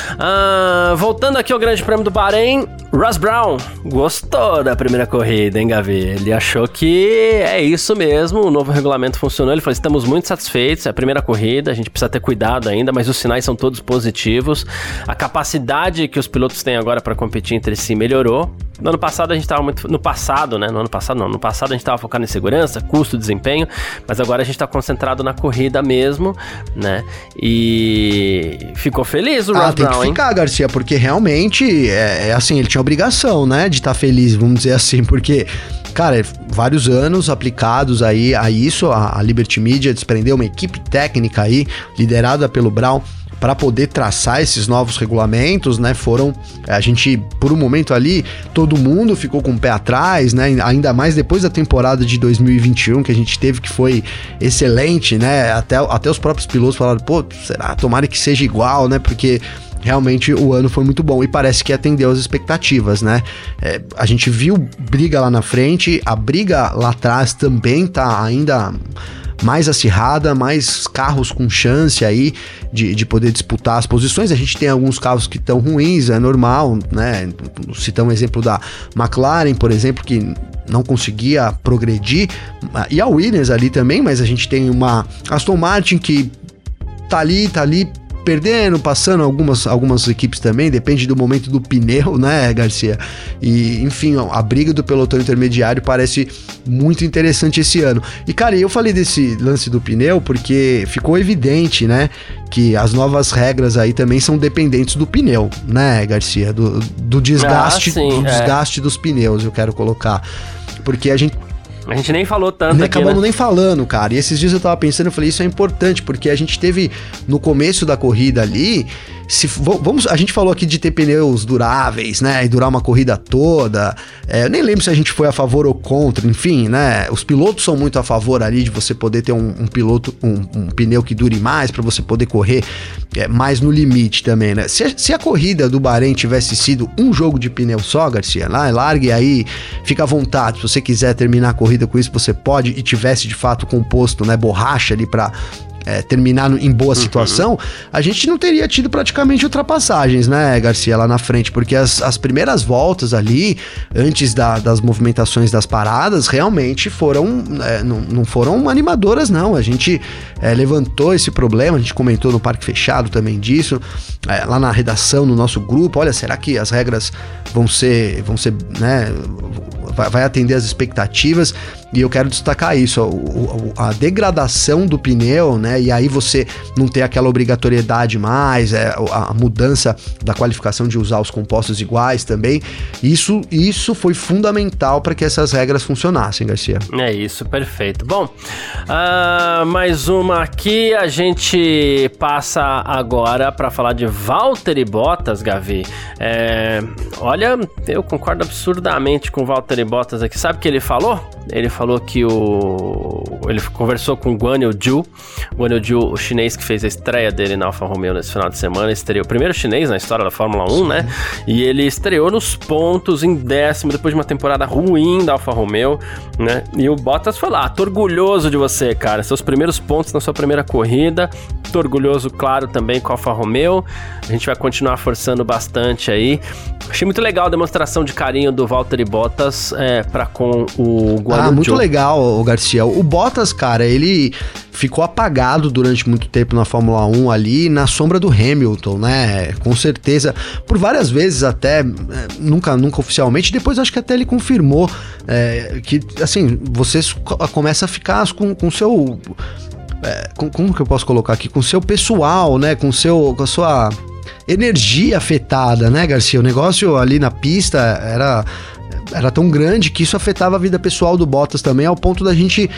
Voltando aqui ao Grande Prêmio do Bahrein, Ross Brown gostou da primeira corrida, hein, Gavi? Ele achou que é isso mesmo, o novo regulamento funcionou. Ele falou, estamos muito satisfeitos, é a primeira corrida, a gente precisa ter cuidado ainda, mas os sinais são todos positivos. A capacidade que os pilotos têm agora para competir entre si melhorou. No ano passado a gente estava muito... No passado a gente estava focado em segurança, custo, desempenho, mas agora a gente está concentrado na corrida mesmo, né? E ficou feliz o Ross Brown, tem que ficar, Garcia, porque realmente assim, ele tinha obrigação, né, de estar feliz, vamos dizer assim, porque, cara, vários anos aplicados aí a isso, a Liberty Media desprendeu uma equipe técnica aí, liderada pelo Brown, para poder traçar esses novos regulamentos, né? A gente, por um momento ali, todo mundo ficou com o pé atrás, né? Ainda mais depois da temporada de 2021 que a gente teve, que foi excelente, né? Até os próprios pilotos falaram, será? Tomara que seja igual, né? Porque realmente o ano foi muito bom e parece que atendeu as expectativas, né? A gente viu briga lá na frente, a briga lá atrás também tá ainda mais acirrada, mais carros com chance aí de poder disputar as posições. A gente tem alguns carros que estão ruins, é normal, né? Citar um exemplo da McLaren, por exemplo, que não conseguia progredir, e a Williams ali também, mas a gente tem uma Aston Martin que tá ali perdendo, passando algumas equipes também, depende do momento do pneu, né, Garcia? E, enfim, a briga do pelotão intermediário parece muito interessante esse ano. E, cara, eu falei desse lance do pneu porque ficou evidente, né, que as novas regras aí também são dependentes do pneu, né, Garcia? Do desgaste, desgaste dos pneus, eu quero colocar. Porque a gente nem falou tanto aqui, acabamos nem falando, cara. E esses dias eu tava pensando, eu falei, isso é importante, porque a gente teve, no começo da corrida ali, a gente falou aqui de ter pneus duráveis, né, e durar uma corrida toda. Eu nem lembro se a gente foi a favor ou contra, enfim, né, os pilotos são muito a favor ali de você poder ter um pneu que dure mais, pra você poder correr mais no limite também, né. Se a corrida do Bahrein tivesse sido um jogo de pneu só, Garcia, largue aí, fica à vontade, se você quiser terminar a corrida com isso, você pode, e tivesse de fato composto, né, borracha ali pra terminar em boa situação, a gente não teria tido praticamente ultrapassagens, né, Garcia, lá na frente, porque as primeiras voltas ali, antes das movimentações das paradas, realmente não foram animadoras, não. A gente levantou esse problema, a gente comentou no Parque Fechado também disso, lá na redação, no nosso grupo, olha, será que as regras vão ser, né, vai atender as expectativas? e eu quero destacar isso, a degradação do pneu, né, e aí você não ter aquela obrigatoriedade mais, a mudança da qualificação de usar os compostos iguais também, isso foi fundamental para que essas regras funcionassem, Garcia. É isso, perfeito. Bom, mais uma aqui, a gente passa agora para falar de Valtteri Bottas, Gavi. Olha, eu concordo absurdamente com o Valtteri Bottas aqui. Sabe o que ele falou? Ele falou que ele conversou com o Guan Yu Zhou, o chinês que fez a estreia dele na Alfa Romeo nesse final de semana, estreou o primeiro chinês na história da Fórmula 1, sim, né? E ele estreou nos pontos, em 10º, depois de uma temporada ruim da Alfa Romeo, né? E o Bottas foi lá, tô orgulhoso de você, cara, seus primeiros pontos na sua primeira corrida, tô orgulhoso, claro, também com a Alfa Romeo, a gente vai continuar forçando bastante aí. Achei muito legal a demonstração de carinho do Valtteri Bottas para com o Guan Yu Zhou. Muito legal, Garcia. O Bottas, cara, ele ficou apagado durante muito tempo na Fórmula 1 ali, na sombra do Hamilton, né? Com certeza, por várias vezes até, nunca oficialmente, depois acho que até ele confirmou que, assim, você começa a ficar com seu... como que eu posso colocar aqui? Com seu pessoal, né? Com a sua energia afetada, né, Garcia? O negócio ali na pista era tão grande que isso afetava a vida pessoal do Bottas também, ao ponto da gente...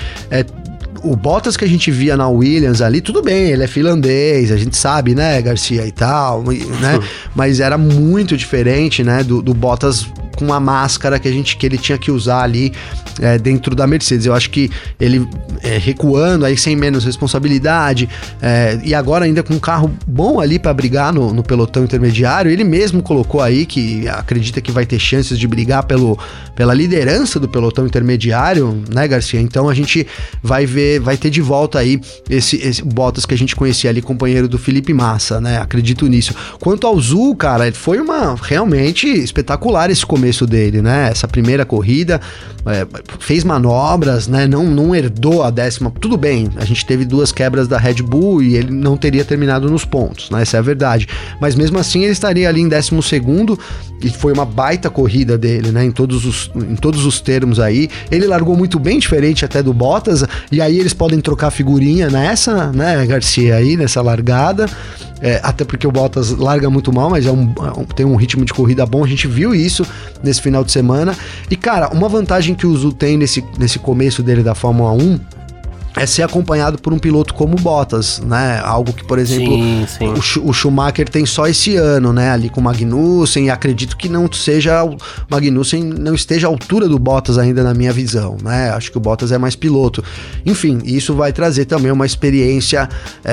o Bottas que a gente via na Williams ali, tudo bem, ele é finlandês, a gente sabe, né, Garcia e tal, né? Mas era muito diferente, né, do Bottas com a máscara que ele tinha que usar ali dentro da Mercedes. Eu acho que ele recuando aí sem menos responsabilidade, e agora ainda com um carro bom ali para brigar no pelotão intermediário, ele mesmo colocou aí que acredita que vai ter chances de brigar pela liderança do pelotão intermediário, né, Garcia? Então a gente vai ter de volta aí esse Bottas que a gente conhecia ali, companheiro do Felipe Massa, né? Acredito nisso. Quanto ao Zhou, cara, foi realmente espetacular esse começo dele, né? Essa primeira corrida, fez manobras, né? Não herdou a 10ª. Tudo bem, a gente teve 2 quebras da Red Bull e ele não teria terminado nos pontos, né? Essa é a verdade. Mas mesmo assim ele estaria ali em 12º e foi uma baita corrida dele, né? Em todos os termos aí. Ele largou muito bem, diferente até do Bottas, e aí eles podem trocar figurinha nessa, né, Garcia, aí nessa largada. Até porque o Bottas larga muito mal, mas tem um ritmo de corrida bom, a gente viu isso nesse final de semana. E, cara, uma vantagem que o Zhou tem nesse começo dele da Fórmula 1 é ser acompanhado por um piloto como o Bottas, né? Algo que, por exemplo, sim. O Schumacher tem só esse ano, né? Ali com o Magnussen, e acredito que o Magnussen não esteja à altura do Bottas ainda, na minha visão, né? Acho que o Bottas é mais piloto. Enfim, isso vai trazer também uma experiência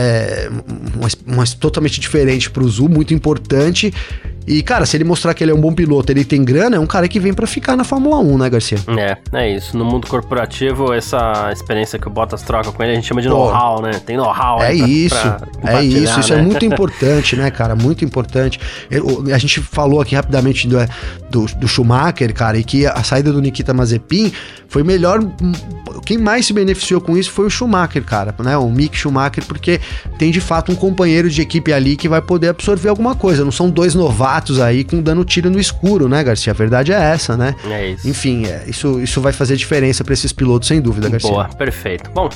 totalmente diferente para o Zhou, muito importante. E, cara, se ele mostrar que ele é um bom piloto, ele tem grana, é um cara que vem pra ficar na Fórmula 1, né, Garcia? É isso. No mundo corporativo, essa experiência que o Bottas troca com ele, a gente chama de know-how, né? Tem know-how. Isso é muito importante, né, cara? Muito importante. A gente falou aqui rapidamente do Schumacher, cara, e que a saída do Nikita Mazepin foi melhor. Quem mais se beneficiou com isso foi o Schumacher, cara, né? O Mick Schumacher, porque tem de fato um companheiro de equipe ali que vai poder absorver alguma coisa. Não são 2 novatos aí dando tiro no escuro, né, Garcia? A verdade é essa, né? É isso. Enfim, isso vai fazer diferença para esses pilotos, sem dúvida, Garcia. Boa, perfeito. Bom,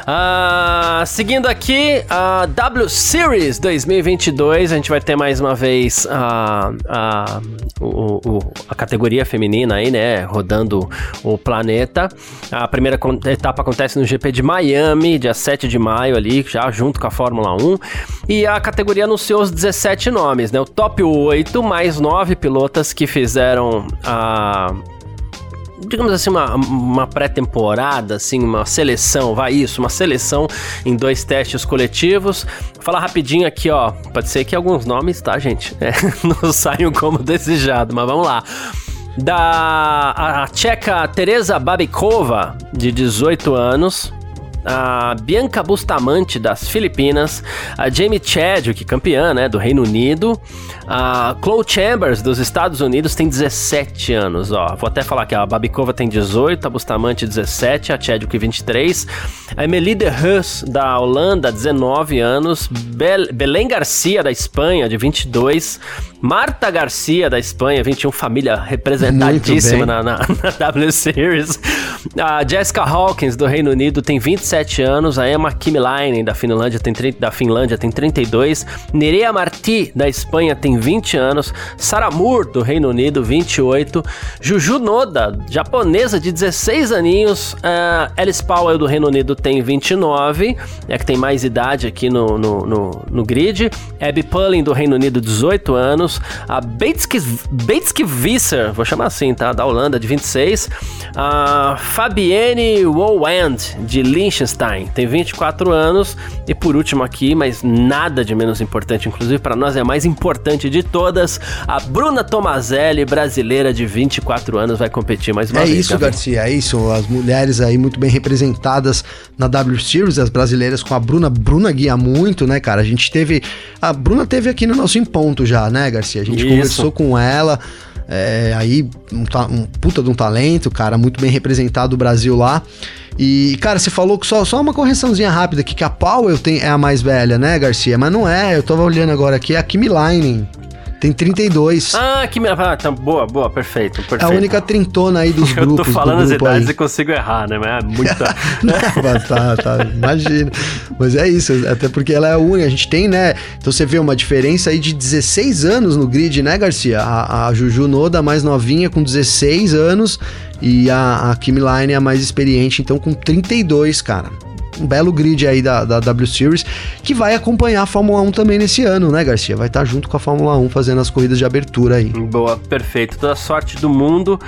seguindo aqui, a W Series 2022, a gente vai ter mais uma vez a categoria feminina aí, né, rodando o planeta. A primeira etapa acontece no GP de Miami, dia 7 de maio ali, já junto com a Fórmula 1, e a categoria anunciou os 17 nomes, né, o top 8 mais 9 pilotas que fizeram digamos assim, uma pré-temporada, assim, uma seleção, uma seleção em 2 testes coletivos. Vou falar rapidinho aqui, ó, pode ser que alguns nomes, tá, gente, não saiam como desejado, mas vamos lá. A tcheca Teresa Babikova, de 18 anos, a Bianca Bustamante, das Filipinas, a Jamie Chadwick, campeã, né, do Reino Unido, a Chloe Chambers, dos Estados Unidos, tem 17 anos, ó, vou até falar que a Babikova tem 18, a Bustamante 17, a Chadwick 23, a Emily de Heus, da Holanda, 19 anos, Belém Garcia, da Espanha, de 22, Marta Garcia, da Espanha, 21, família representadíssima na W Series. A Jessica Hawkins, do Reino Unido, tem 27 anos. A Emma Kimiläinen, da Finlândia, tem 32. Nerea Marti, da Espanha, tem 20 anos. Sarah Moore, do Reino Unido, 28. Juju Noda, japonesa, de 16 aninhos. Alice Powell, do Reino Unido, tem 29. É que tem mais idade aqui no grid. Abby Pullen, do Reino Unido, 18 anos. A Beitske Visser, vou chamar assim, tá? Da Holanda, de 26. A Fabienne Wowand, de Liechtenstein, tem 24 anos. E por último aqui, mas nada de menos importante, inclusive para nós é a mais importante de todas, a Bruna Tomazelli, brasileira, de 24 anos, vai competir mais uma vez. É isso, Garcia, é isso. As mulheres aí muito bem representadas na W Series, as brasileiras com a Bruna. Bruna guia muito, né, cara? A Bruna teve aqui no nosso Em Ponto já, né, Garcia? A gente conversou com ela, aí um puta de um talento, cara, muito bem representado o Brasil lá. E, cara, você falou que só uma correçãozinha rápida aqui, que a Powell é a mais velha, né, Garcia? Mas não é, eu tava olhando agora aqui, é a Kimiläinen. Tem 32. Tá boa, perfeito. É a única trintona aí dos grupos. Eu tô falando as idades e consigo errar, né? Mas é muita... tá, imagina. Mas é isso, até porque ela é a única. A gente tem, né? Então você vê uma diferença aí de 16 anos no grid, né, Garcia? A Juju Noda, mais novinha, com 16 anos, e a Kimiläinen, a mais experiente, então com 32, cara. Um belo grid aí da W Series, que vai acompanhar a Fórmula 1 também nesse ano, né, Garcia? Vai estar junto com a Fórmula 1 fazendo as corridas de abertura aí. Boa, perfeito. Toda a sorte do mundo.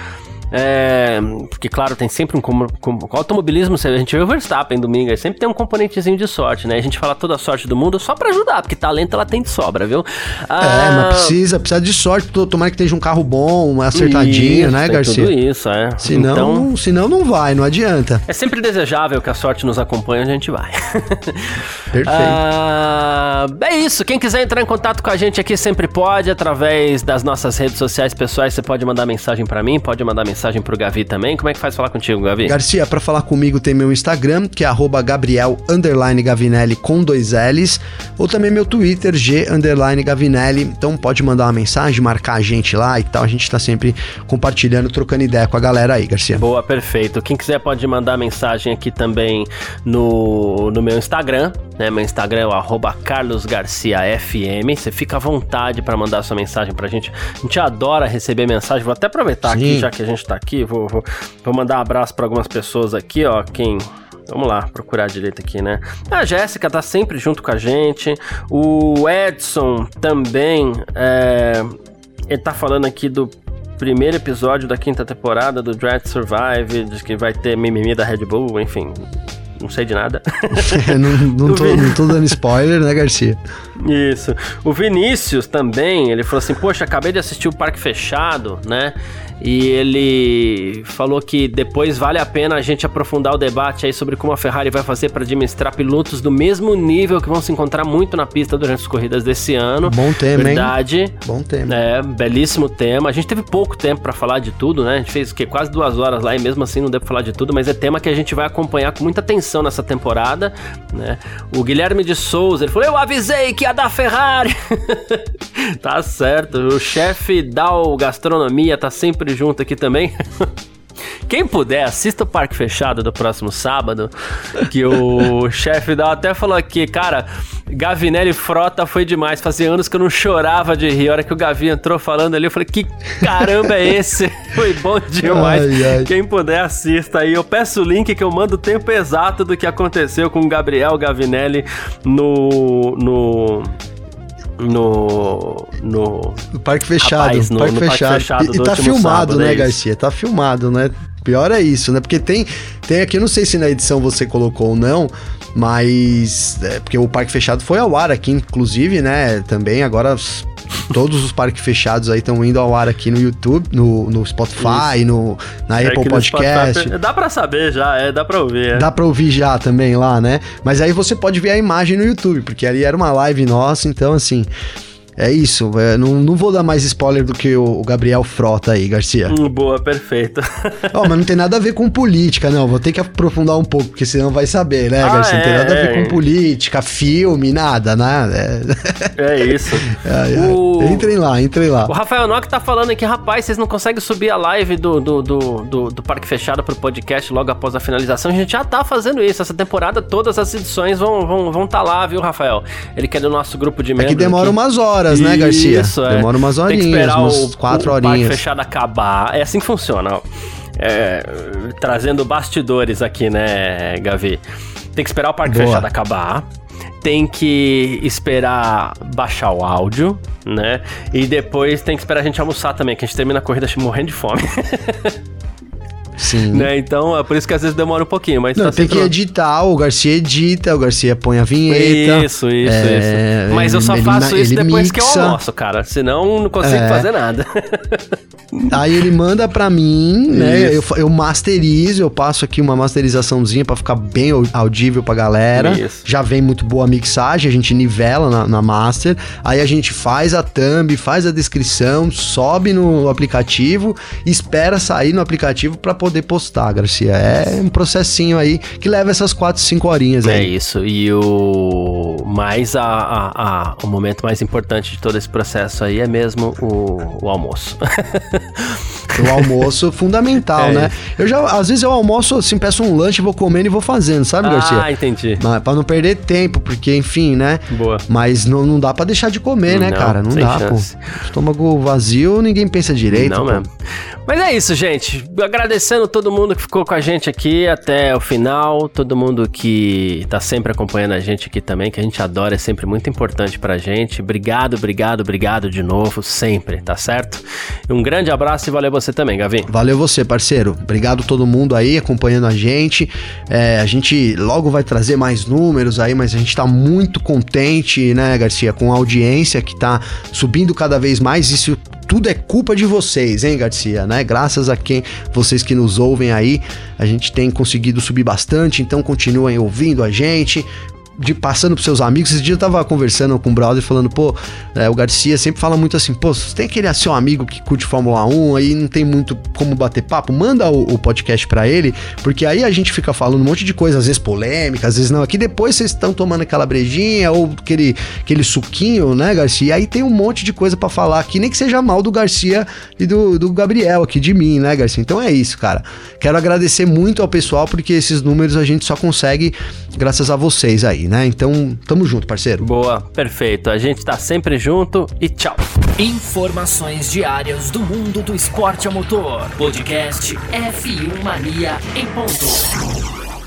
Porque, claro, tem sempre com automobilismo, a gente vê o Verstappen domingo, sempre tem um componentezinho de sorte, né? A gente fala toda a sorte do mundo só pra ajudar, porque talento ela tem de sobra, viu? Mas precisa de sorte, tomara que esteja um carro bom, acertadinho, né, Garcia? Tudo isso, Senão não vai, não adianta. É sempre desejável que a sorte nos acompanhe, a gente vai. Perfeito. É isso, quem quiser entrar em contato com a gente aqui sempre pode, através das nossas redes sociais pessoais, você pode mandar mensagem pra mim, pode mandar mensagem pro Gavi também. Como é que faz falar contigo, Gavi? Garcia, pra falar comigo tem meu Instagram, que é @Gabriel_Gavinelli com 2 L's, ou também meu Twitter, G_Gavinelli. Então pode mandar uma mensagem, marcar a gente lá e tal. A gente tá sempre compartilhando, trocando ideia com a galera aí, Garcia. Boa, perfeito. Quem quiser pode mandar mensagem aqui também no meu Instagram, né? Meu Instagram é o @CarlosGarciaFM. Você fica à vontade pra mandar sua mensagem pra gente. A gente adora receber mensagem. Vou até aproveitar aqui, já que a gente tá aqui, vou mandar um abraço pra algumas pessoas aqui, ó, vamos lá, procurar direito aqui, né? A Jéssica tá sempre junto com a gente, o Edson também, ele tá falando aqui do primeiro episódio da 5ª temporada do Drive to Survive, diz que vai ter mimimi da Red Bull, enfim... Não sei de nada. não tô dando spoiler, né, Garcia? Isso. O Vinícius também, ele falou assim, poxa, acabei de assistir o Parque Fechado, né? E ele falou que depois vale a pena a gente aprofundar o debate aí sobre como a Ferrari vai fazer para administrar pilotos do mesmo nível que vão se encontrar muito na pista durante as corridas desse ano. Bom tema, verdade. Hein? Bom tema. Belíssimo tema. A gente teve pouco tempo para falar de tudo, né? A gente fez quase 2 horas lá e mesmo assim não deu pra falar de tudo, mas é tema que a gente vai acompanhar com muita atenção nessa temporada, né? O Guilherme de Souza, ele falou, eu avisei que ia dar Ferrari. Tá certo. O chefe Dal Gastronomia tá sempre junto aqui também. Quem puder, assista o Parque Fechado do próximo sábado, que o chefe Dal até falou aqui, cara, Gavinelli Frota foi demais, fazia anos que eu não chorava de rir, a hora que o Gavi entrou falando ali, eu falei, que caramba é esse? Foi bom demais. Ai. Quem puder, assista aí, eu peço o link que eu mando o tempo exato do que aconteceu com o Gabriel Gavinelli no Parque Fechado. Rapaz, no Parque Fechado. E tá filmado, sábado, né, Garcia? Tá filmado, né? Pior é isso, né? Porque tem aqui, eu não sei se na edição você colocou ou não, mas... porque o Parque Fechado foi ao ar aqui, inclusive, né? Também agora... Todos os parques fechados aí estão indo ao ar aqui no YouTube, no Spotify, na Apple Podcast. Spotify, dá pra saber já, dá pra ouvir. Dá pra ouvir já também lá, né? Mas aí você pode ver a imagem no YouTube, porque ali era uma live nossa, então assim... é isso. Não vou dar mais spoiler do que o Gabriel Frota aí, Garcia. Boa, perfeito. Mas não tem nada a ver com política, não. Vou ter que aprofundar um pouco, porque senão vai saber, né, Garcia? Não tem nada a ver com política, filme, nada, né? É isso. Entrem lá. O Rafael Nock tá falando aqui, rapaz, vocês não conseguem subir a live do Parque Fechado pro podcast logo após a finalização. A gente já tá fazendo isso. Essa temporada, todas as edições vão tá lá, viu, Rafael? Ele quer do nosso grupo de membros. É que demora umas horas, né, Garcia? Isso, Demora umas horinhas, tem que esperar umas 4 horinhas. O Parque Fechado acabar. É assim que funciona, ó. Trazendo bastidores aqui, né, Gavi? Tem que esperar o Parque Fechado acabar. Tem que esperar baixar o áudio, né? E depois tem que esperar a gente almoçar também, que a gente termina a corrida morrendo de fome. Sim. Né? Então, é por isso que às vezes demora um pouquinho, mas não, tem que editar, o Garcia edita, o Garcia põe a vinheta. Isso. Mas eu só faço isso depois que eu almoço, cara. Senão não consigo fazer nada. Aí ele manda pra mim, né? Eu masterizo, eu passo aqui uma masterizaçãozinha pra ficar bem audível pra galera. Isso. Já vem muito boa a mixagem, a gente nivela na master. Aí a gente faz a thumb, faz a descrição, sobe no aplicativo, espera sair no aplicativo pra poder postar, Garcia. É um processinho aí que leva essas 4, 5 horinhas aí. É isso. E o momento mais importante de todo esse processo aí é mesmo o almoço. O almoço fundamental, né? Às vezes eu almoço assim, peço um lanche, vou comendo e vou fazendo, sabe, Garcia? Ah, entendi. Pra não perder tempo, porque, enfim, né? Boa. Mas não dá pra deixar de comer, né, cara? Não dá, chance. Pô. Estômago vazio, ninguém pensa direito. Não mesmo. Mas é isso, gente. Agradecendo todo mundo que ficou com a gente aqui até o final, todo mundo que tá sempre acompanhando a gente aqui também, que a gente adora, é sempre muito importante pra gente. Obrigado de novo, sempre, tá certo? Um grande abraço e valeu você também, Gavi. Valeu você, parceiro. Obrigado todo mundo aí acompanhando a gente. A gente logo vai trazer mais números aí, mas a gente tá muito contente, né, Garcia, com a audiência que tá subindo cada vez mais. Isso tudo é culpa de vocês, hein, Garcia, né? Graças a vocês que nos ouvem aí, a gente tem conseguido subir bastante, então continuem ouvindo a gente, passando pros seus amigos. Esse dia eu tava conversando com o brother falando, o Garcia sempre fala muito assim, você tem aquele seu amigo que curte Fórmula 1, aí não tem muito como bater papo, manda o podcast pra ele, porque aí a gente fica falando um monte de coisa, às vezes polêmica, às vezes não, aqui depois vocês estão tomando aquela brejinha ou aquele suquinho, né, Garcia, e aí tem um monte de coisa pra falar aqui, nem que seja mal do Garcia e do Gabriel aqui, de mim, né, Garcia? Então é isso, cara. Quero agradecer muito ao pessoal, porque esses números a gente só consegue graças a vocês aí, né? Então, tamo junto, parceiro. Boa, perfeito. A gente tá sempre junto e tchau. Informações diárias do mundo do esporte a motor. Podcast F1 Mania em ponto.